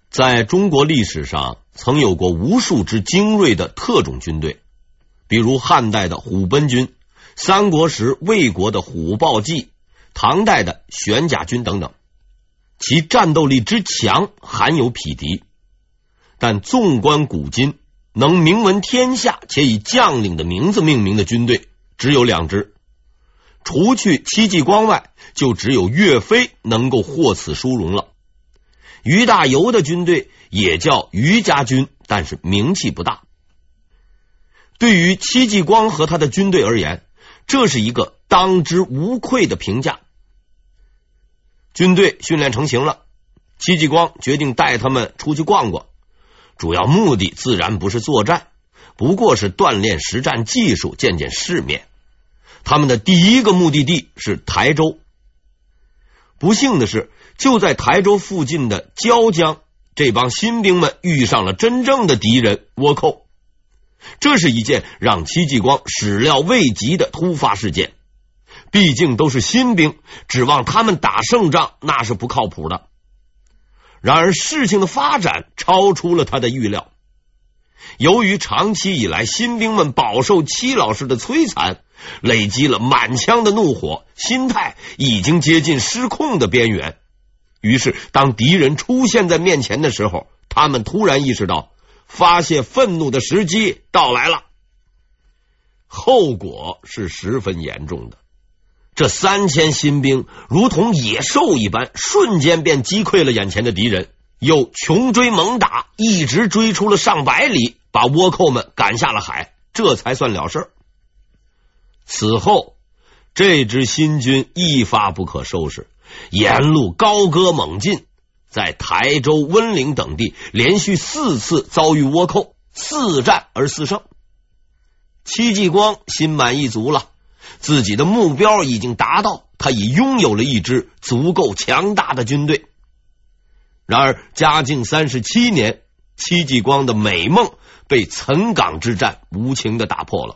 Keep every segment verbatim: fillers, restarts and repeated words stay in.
在中国历史上，曾有过无数支精锐的特种军队，比如汉代的虎贲军，三国时魏国的虎豹骑，唐代的玄甲军等等，其战斗力之强罕有匹敌。但纵观古今，能名闻天下且以将领的名字命名的军队只有两支，除去戚继光外，就只有岳飞能够获此殊荣了。于大猷的军队也叫于家军，但是名气不大。对于戚继光和他的军队而言，这是一个当之无愧的评价。军队训练成型了，戚继光决定带他们出去逛逛，主要目的自然不是作战，不过是锻炼实战技术，见见世面。他们的第一个目的地是台州。不幸的是，就在台州附近的椒江，这帮新兵们遇上了真正的敌人倭寇。这是一件让戚继光始料未及的突发事件，毕竟都是新兵，指望他们打胜仗那是不靠谱的。然而事情的发展超出了他的预料。由于长期以来新兵们饱受戚老师的摧残，累积了满腔的怒火，心态已经接近失控的边缘。于是当敌人出现在面前的时候，他们突然意识到发泄愤怒的时机到来了。后果是十分严重的，这三千新兵如同野兽一般，瞬间便击溃了眼前的敌人，又穷追猛打，一直追出了上百里，把倭寇们赶下了海，这才算了事儿。此后这支新军一发不可收拾，沿路高歌猛进，在台州、温岭等地连续四次遭遇倭寇，四战而四胜。戚继光心满意足了，自己的目标已经达到，他已拥有了一支足够强大的军队。然而嘉靖三十七年，戚继光的美梦被岑岗之战无情的打破了。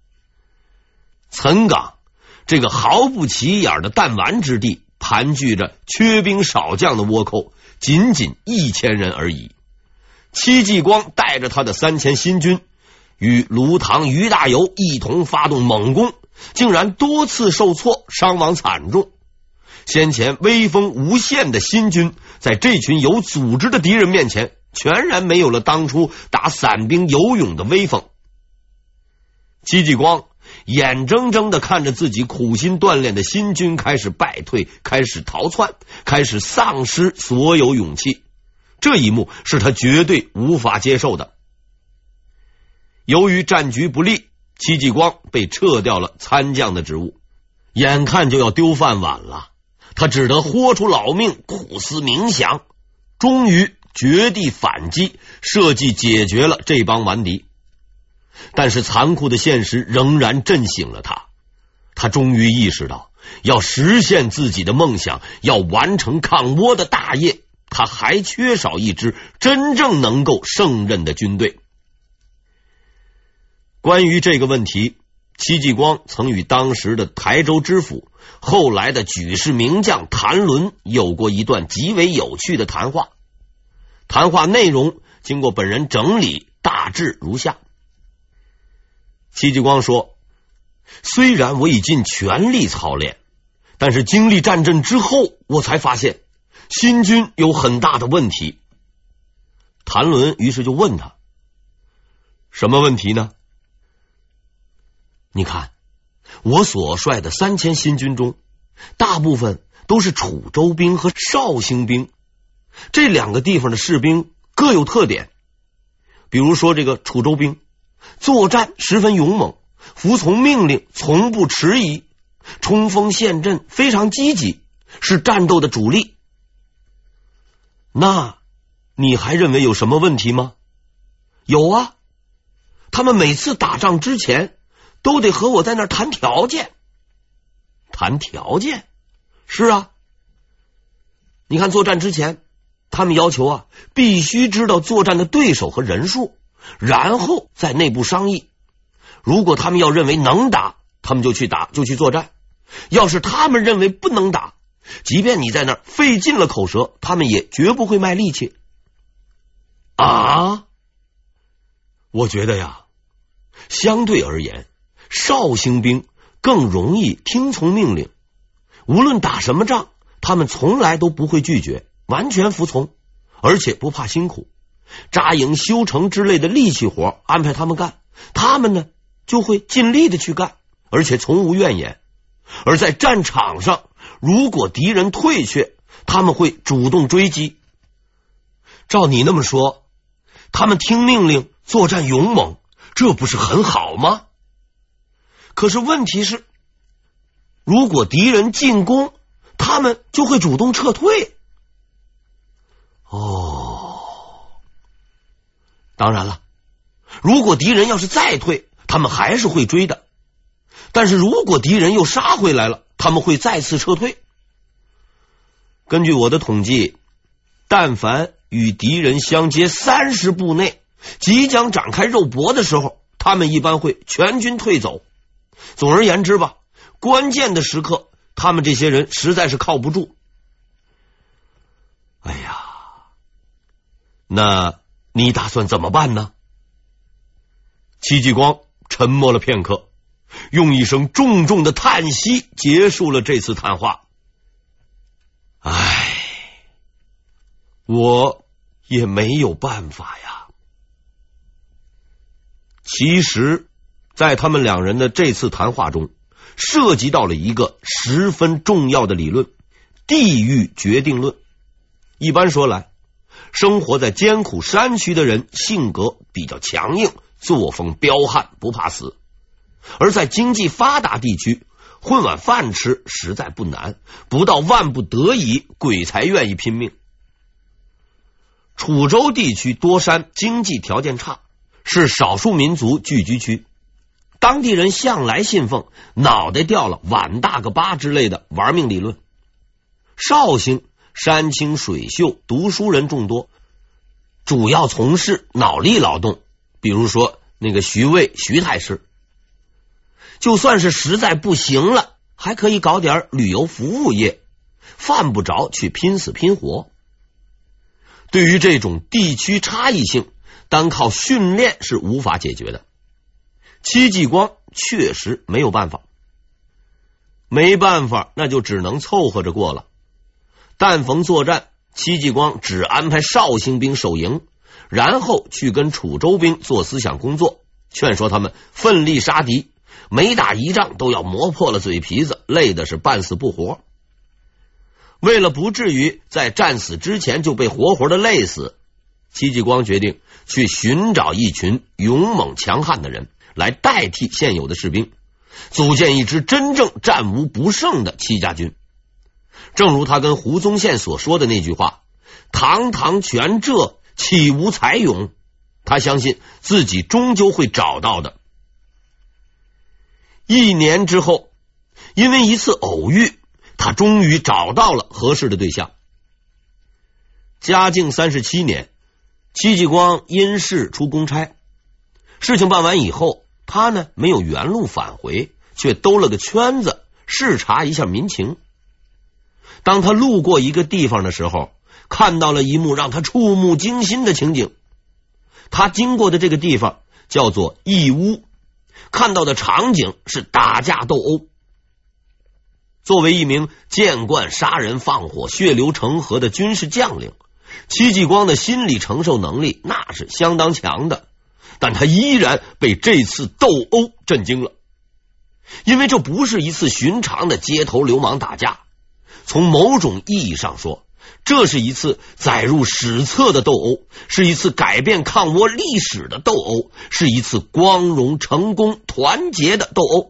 岑岗这个毫不起眼的弹丸之地，盘踞着缺兵少将的倭寇，仅仅一千人而已。戚继光带着他的三千新军，与卢唐、于大猷一同发动猛攻，竟然多次受挫，伤亡惨重。先前威风无限的新军，在这群有组织的敌人面前，全然没有了当初打散兵游勇的威风。戚继光眼睁睁的看着自己苦心锻炼的新军开始败退，开始逃窜，开始丧失所有勇气，这一幕是他绝对无法接受的。由于战局不利，戚继光被撤掉了参将的职务，眼看就要丢饭碗了，他只得豁出老命，苦思冥想，终于绝地反击，设计解决了这帮顽敌。但是残酷的现实仍然震醒了他，他终于意识到，要实现自己的梦想，要完成抗倭的大业，他还缺少一支真正能够胜任的军队。关于这个问题，戚继光曾与当时的台州知府，后来的举世名将谭纶有过一段极为有趣的谈话。谈话内容经过本人整理，大致如下。戚继光说，虽然我已尽全力操练，但是经历战阵之后，我才发现新军有很大的问题。谭纶于是就问他，什么问题呢？你看，我所率的三千新军中，大部分都是楚州兵和绍兴兵，这两个地方的士兵各有特点。比如说这个楚州兵，作战十分勇猛，服从命令从不迟疑，冲锋陷阵非常积极，是战斗的主力。那你还认为有什么问题吗？有啊，他们每次打仗之前都得和我在那儿谈条件。谈条件？是啊，你看作战之前，他们要求啊，必须知道作战的对手和人数，然后在内部商议。如果他们要认为能打，他们就去打，就去作战；要是他们认为不能打，即便你在那儿费尽了口舌，他们也绝不会卖力气。 啊，我觉得呀，相对而言，绍兴兵更容易听从命令，无论打什么仗，他们从来都不会拒绝，完全服从，而且不怕辛苦。扎营修城之类的力气活安排他们干，他们呢就会尽力的去干，而且从无怨言。而在战场上，如果敌人退却，他们会主动追击。照你那么说，他们听命令，作战勇猛，这不是很好吗？可是问题是，如果敌人进攻，他们就会主动撤退。哦，当然了，如果敌人要是再退，他们还是会追的。但是如果敌人又杀回来了，他们会再次撤退。根据我的统计，但凡与敌人相接三十步内，即将展开肉搏的时候，他们一般会全军退走。总而言之吧，关键的时刻，他们这些人实在是靠不住。哎呀，那你打算怎么办呢？戚继光沉默了片刻，用一声重重的叹息结束了这次谈话。唉，我也没有办法呀。其实在他们两人的这次谈话中，涉及到了一个十分重要的理论——地域决定论。一般说来，生活在艰苦山区的人性格比较强硬，作风彪悍，不怕死；而在经济发达地区，混碗饭吃实在不难，不到万不得已，鬼才愿意拼命。楚州地区多山，经济条件差，是少数民族聚居区，当地人向来信奉脑袋掉了碗大个疤之类的玩命理论。绍兴山清水秀，读书人众多，主要从事脑力劳动，比如说那个徐渭徐太师。就算是实在不行了，还可以搞点旅游服务业，犯不着去拼死拼活。对于这种地区差异性，单靠训练是无法解决的。戚继光确实没有办法，没办法，那就只能凑合着过了。但逢作战，戚继光只安排绍兴兵守营，然后去跟楚州兵做思想工作，劝说他们奋力杀敌，每打一仗都要磨破了嘴皮子，累的是半死不活。为了不至于在战死之前就被活活的累死，戚继光决定去寻找一群勇猛强悍的人来代替现有的士兵，组建一支真正战无不胜的戚家军。正如他跟胡宗宪所说的那句话：堂堂权浙，岂无才勇？他相信自己终究会找到的。一年之后，因为一次偶遇，他终于找到了合适的对象。嘉靖三十七年，戚继光因事出公差，事情办完以后，他呢没有原路返回，却兜了个圈子，视察一下民情。当他路过一个地方的时候，看到了一幕让他触目惊心的情景。他经过的这个地方叫做义乌，看到的场景是打架斗殴。作为一名见惯杀人放火、血流成河的军事将领，戚继光的心理承受能力那是相当强的，但他依然被这次斗殴震惊了。因为这不是一次寻常的街头流氓打架，从某种意义上说，这是一次载入史册的斗殴，是一次改变抗倭历史的斗殴，是一次光荣、成功、团结的斗殴。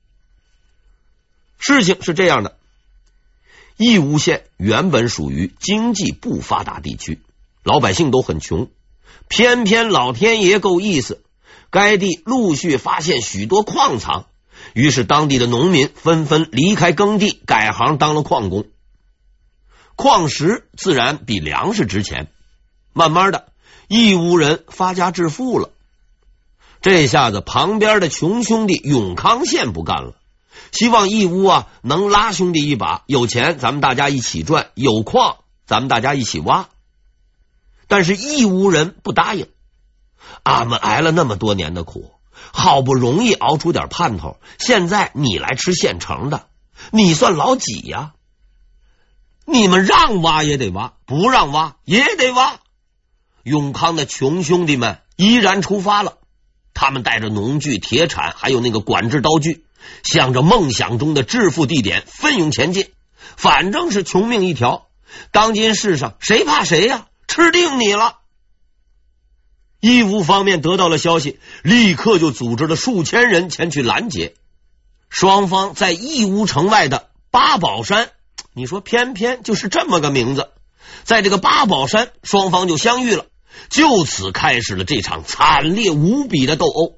事情是这样的，义乌县原本属于经济不发达地区，老百姓都很穷，偏偏老天爷够意思，该地陆续发现许多矿藏，于是当地的农民纷纷离开耕地，改行当了矿工。矿石自然比粮食值钱，慢慢的，义乌人发家致富了。这下子旁边的穷兄弟永康县不干了，希望义乌啊能拉兄弟一把，有钱咱们大家一起赚，有矿咱们大家一起挖。 但是义乌人不答应。俺们挨了那么多年的苦，好不容易熬出点盼头，现在你来吃现成的，你算老几呀？你们让挖也得挖，不让挖也得挖。永康的穷兄弟们依然出发了，他们带着农具、铁铲，还有那个管制刀具，向着梦想中的致富地点奋勇前进。反正是穷命一条，当今世上谁怕谁呀？吃定你了！义乌方面得到了消息，立刻就组织了数千人前去拦截。双方在义乌城外的八宝山，你说偏偏就是这么个名字，在这个八宝山，双方就相遇了，就此开始了这场惨烈无比的斗殴。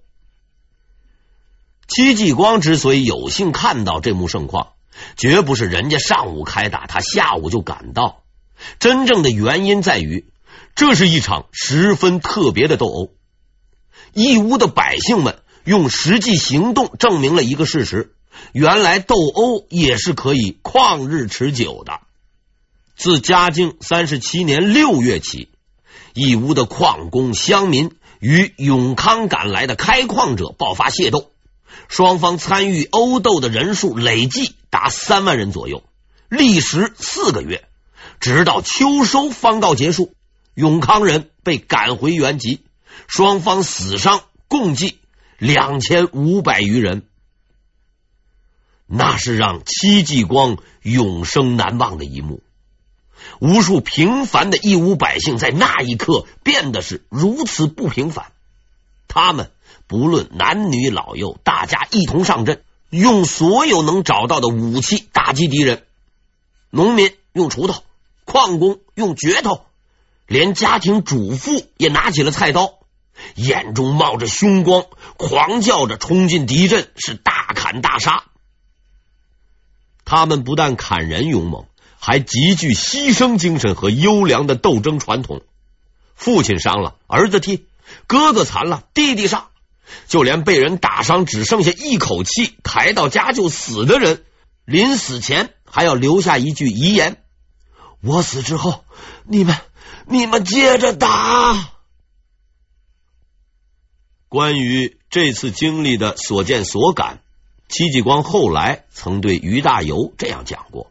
戚继光之所以有幸看到这幕盛况，绝不是人家上午开打，他下午就赶到。真正的原因在于，这是一场十分特别的斗殴。义乌的百姓们用实际行动证明了一个事实，原来斗殴也是可以旷日持久的。自嘉靖三十七年六月起，义乌的矿工乡民与永康赶来的开矿者爆发械斗，双方参与殴斗的人数累计达三万人左右，历时四个月，直到秋收方告结束。永康人被赶回原籍，双方死伤共计两千五百余人。那是让戚继光永生难忘的一幕。无数平凡的义乌百姓在那一刻变得是如此不平凡。他们不论男女老幼，大家一同上阵，用所有能找到的武器打击敌人。农民用锄头，矿工用镢头，连家庭主妇也拿起了菜刀，眼中冒着凶光，狂叫着冲进敌阵，是大砍大杀。他们不但砍人勇猛，还极具牺牲精神和优良的斗争传统。父亲伤了，儿子替；哥哥残了，弟弟上。就连被人打伤只剩下一口气抬到家就死的人，临死前还要留下一句遗言：我死之后，你们你们接着打。关于这次经历的所见所感，戚继光后来曾对于大猷这样讲过：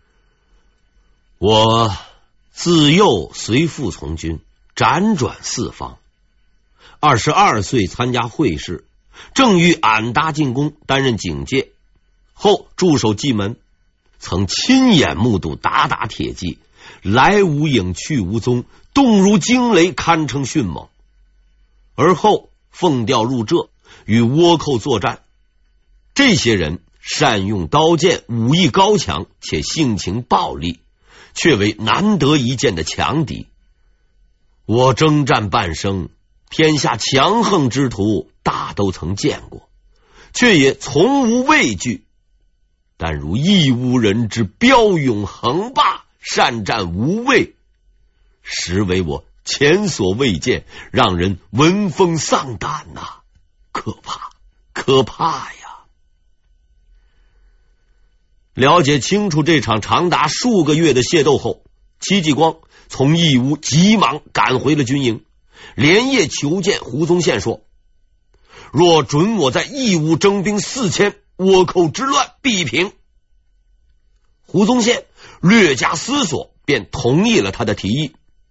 我自幼随父从军，辗转四方，二十二岁参加会试，正遇俺答进宫担任警戒，后驻守蓟门，曾亲眼目睹打打铁骑，来无影去无踪，动如惊雷，堪称迅猛。而后奉调入浙，与倭寇作战。这些人善用刀剑，武艺高强，且性情暴戾，却为难得一见的强敌。我征战半生，天下强横之徒大都曾见过，却也从无畏惧。但如义乌人之骠勇横霸，善战无畏，实为我前所未见，让人闻风丧胆呐、啊！可怕，可怕呀！了解清楚这场长达数个月的械斗后，戚继光从义乌急忙赶回了军营，连夜求见胡宗宪说：若准我在义乌征兵四千，倭寇之乱必平。胡宗宪略加思索，便同意了他的提议。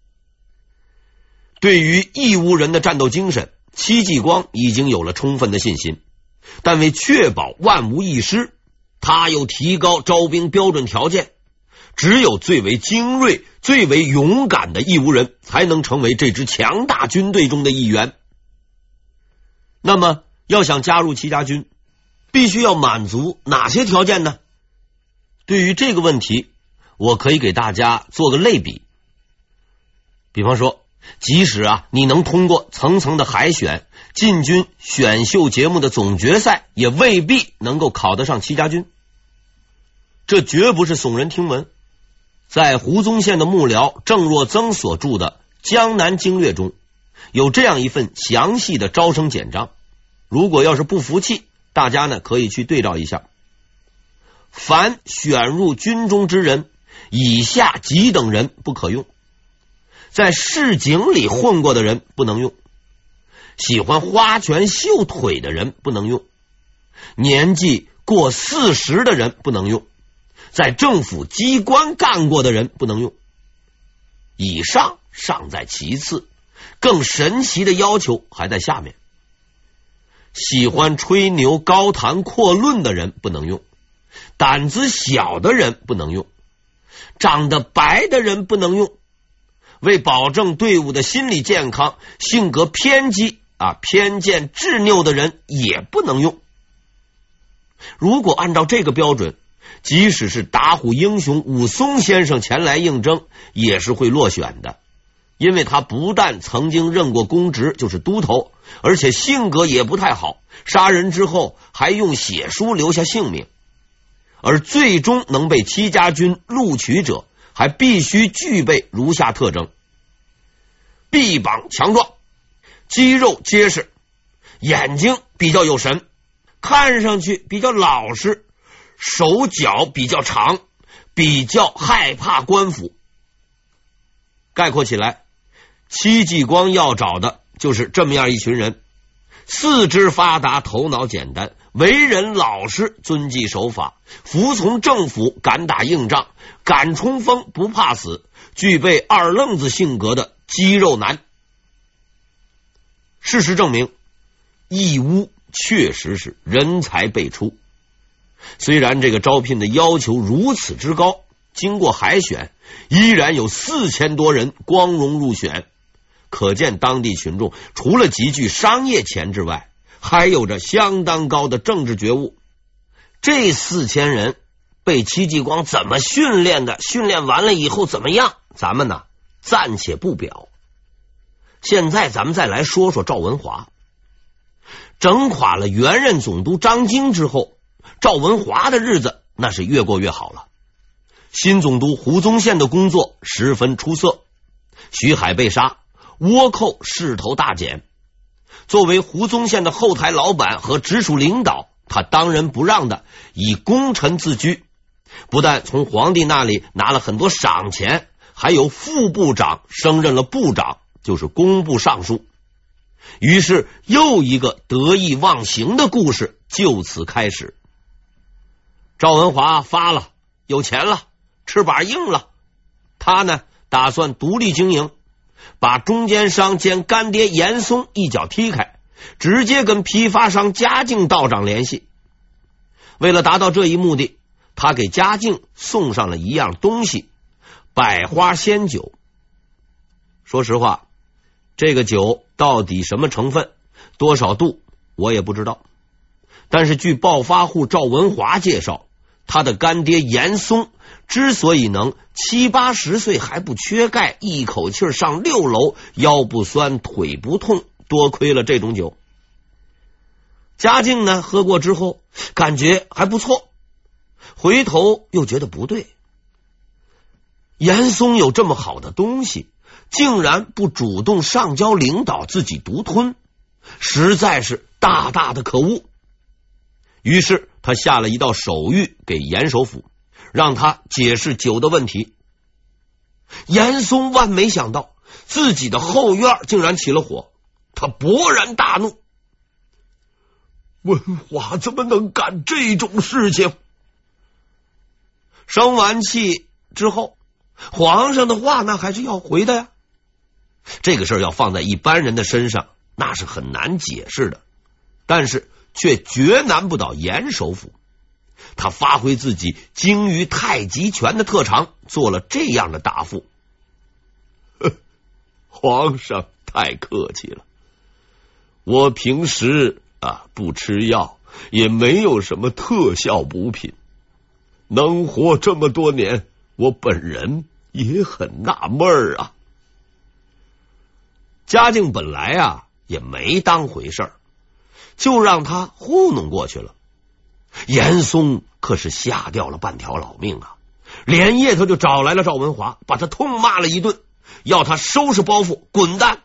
对于义乌人的战斗精神，戚继光已经有了充分的信心，但为确保万无一失，他又提高招兵标准条件，只有最为精锐、最为勇敢的义乌人才能成为这支强大军队中的一员。那么要想加入戚家军，必须要满足哪些条件呢？对于这个问题，我可以给大家做个类比。比方说，即使啊你能通过层层的海选进军选秀节目的总决赛，也未必能够考得上戚家军。这绝不是耸人听闻，在胡宗宪的幕僚郑若曾所著的《江南经略》中，有这样一份详细的招生简章。如果要是不服气，大家呢可以去对照一下。凡选入军中之人，以下几等人不可用： 在市井里混过的人不能用，喜欢花拳绣腿的人不能用，年纪过四十的人不能用，在政府机关干过的人不能用。以上尚在其次，更神奇的要求还在下面。喜欢吹牛高谈阔论的人不能用，胆子小的人不能用，长得白的人不能用，为保证队伍的心理健康，性格偏激啊、偏见执拗的人也不能用。如果按照这个标准，即使是打虎英雄武松先生前来应征，也是会落选的，因为他不但曾经任过公职，就是都头，而且性格也不太好，杀人之后还用血书留下姓名。而最终能被戚家军录取者，还必须具备如下特征：臂膀强壮，肌肉结实，眼睛比较有神，看上去比较老实，手脚比较长，比较害怕官府。概括起来，戚继光要找的就是这么样一群人：四肢发达，头脑简单，为人老实，遵纪守法，服从政府，敢打硬仗，敢冲锋，不怕死，具备二愣子性格的肌肉男。事实证明，义乌确实是人才辈出。虽然这个招聘的要求如此之高，经过海选，依然有四千多人光荣入选，可见当地群众除了极具商业潜质外，还有着相当高的政治觉悟。这四千人被戚继光怎么训练的，训练完了以后怎么样，咱们呢暂且不表。现在咱们再来说说赵文华。整垮了原任总督张经之后，赵文华的日子那是越过越好了。新总督胡宗宪的工作十分出色，徐海被杀，倭寇势头大减。作为胡宗宪的后台老板和直属领导，他当仁不让的以功臣自居，不但从皇帝那里拿了很多赏钱，还有副部长升任了部长，就是工部尚书。于是又一个得意忘形的故事就此开始。赵文华发了，有钱了，翅膀硬了，他呢打算独立经营，把中间商兼干爹严嵩一脚踢开，直接跟批发商嘉靖道长联系。为了达到这一目的，他给嘉靖送上了一样东西——百花仙酒。说实话，这个酒到底什么成分，多少度，我也不知道。但是据暴发户赵文华介绍，他的干爹严嵩之所以能七八十岁还不缺钙，一口气上六楼，腰不酸腿不痛，多亏了这种酒。嘉靖呢喝过之后感觉还不错，回头又觉得不对，严嵩有这么好的东西，竟然不主动上交领导，自己独吞，实在是大大的可恶。于是他下了一道手谕给严首府，让他解释酒的问题。严嵩万没想到自己的后院竟然起了火，他勃然大怒：文华怎么能干这种事情？生完气之后，皇上的话那还是要回的呀。这个事儿要放在一般人的身上，那是很难解释的，但是却绝难不倒严首府。他发挥自己精于太极拳的特长，做了这样的答复：皇上太客气了，我平时啊不吃药，也没有什么特效补品，能活这么多年，我本人也很纳闷儿啊。嘉靖本来啊也没当回事儿，就让他糊弄过去了。严嵩可是吓掉了半条老命啊，连夜他就找来了赵文华，把他痛骂了一顿，要他收拾包袱滚蛋。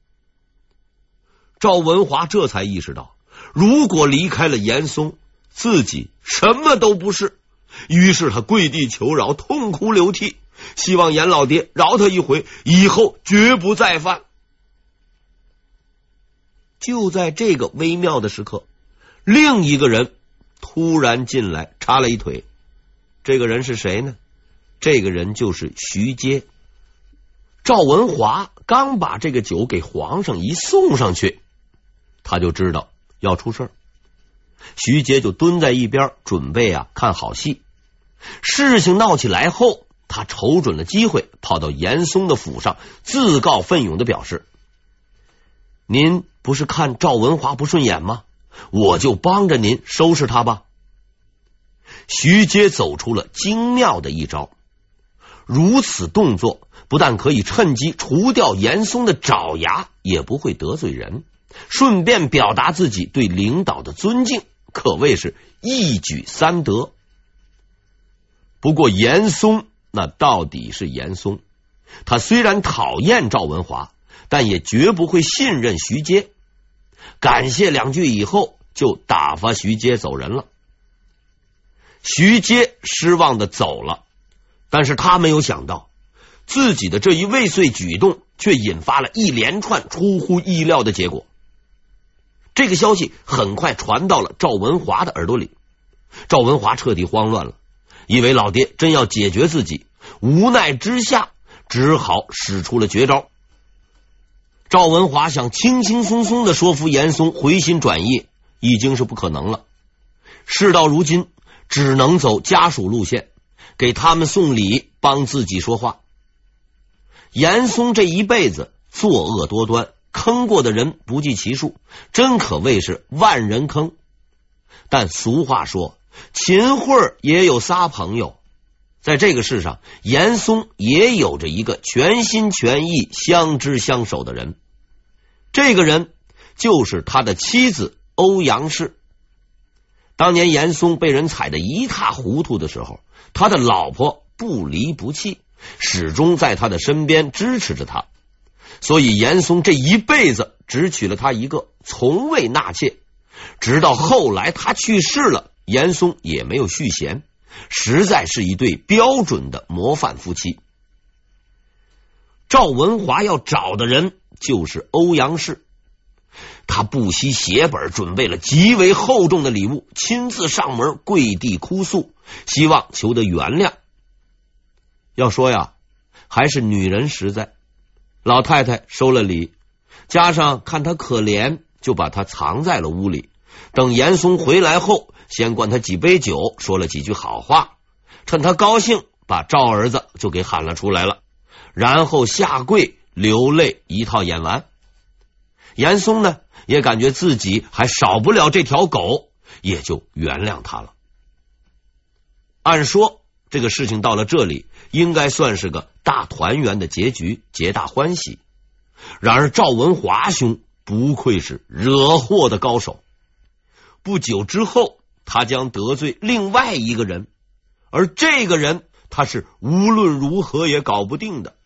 赵文华这才意识到，如果离开了严嵩，自己什么都不是，于是他跪地求饶，痛哭流涕， 希望严老爹饶他一回，以后绝不再犯。就在这个微妙的时刻，另一个人突然进来插了一腿。这个人是谁呢？这个人就是徐阶。赵文华刚把这个酒给皇上一送上去，他就知道要出事儿。徐阶就蹲在一边准备啊看好戏。事情闹起来后，他瞅准了机会，跑到严嵩的府上，自告奋勇的表示：您不是看赵文华不顺眼吗？我就帮着您收拾他吧。徐阶走出了精妙的一招，如此动作不但可以趁机除掉严嵩的爪牙，也不会得罪人，顺便表达自己对领导的尊敬，可谓是一举三得。不过严嵩那到底是严嵩，他虽然讨厌赵文华，但也绝不会信任徐阶。感谢两句以后，就打发徐阶走人了。徐阶失望的走了，但是他没有想到，自己的这一未遂举动却引发了一连串出乎意料的结果。这个消息很快传到了赵文华的耳朵里，赵文华彻底慌乱了，以为老爹真要解决自己，无奈之下只好使出了绝招。赵文华想轻轻松松的说服严嵩回心转意，已经是不可能了。事到如今，只能走家属路线，给他们送礼，帮自己说话。严嵩这一辈子作恶多端，坑过的人不计其数，真可谓是万人坑。但俗话说，秦桧也有仨朋友，在这个世上，严嵩也有着一个全心全意相知相守的人，这个人就是他的妻子欧阳氏。当年严嵩被人踩得一塌糊涂的时候，他的老婆不离不弃，始终在他的身边支持着他，所以严嵩这一辈子只娶了他一个，从未纳妾。直到后来他去世了，严嵩也没有续弦，实在是一对标准的模范夫妻。赵文华要找的人就是欧阳氏，他不惜血本，准备了极为厚重的礼物，亲自上门跪地哭诉，希望求得原谅。要说呀，还是女人实在。老太太收了礼，加上看他可怜，就把他藏在了屋里。等严嵩回来后，先灌他几杯酒，说了几句好话，趁他高兴，把赵儿子就给喊了出来了，然后下跪流泪一套演完。严嵩呢，也感觉自己还少不了这条狗，也就原谅他了。按说这个事情到了这里，应该算是个大团圆的结局，皆大欢喜。然而赵文华兄不愧是惹祸的高手，不久之后他将得罪另外一个人，而这个人他是无论如何也搞不定的。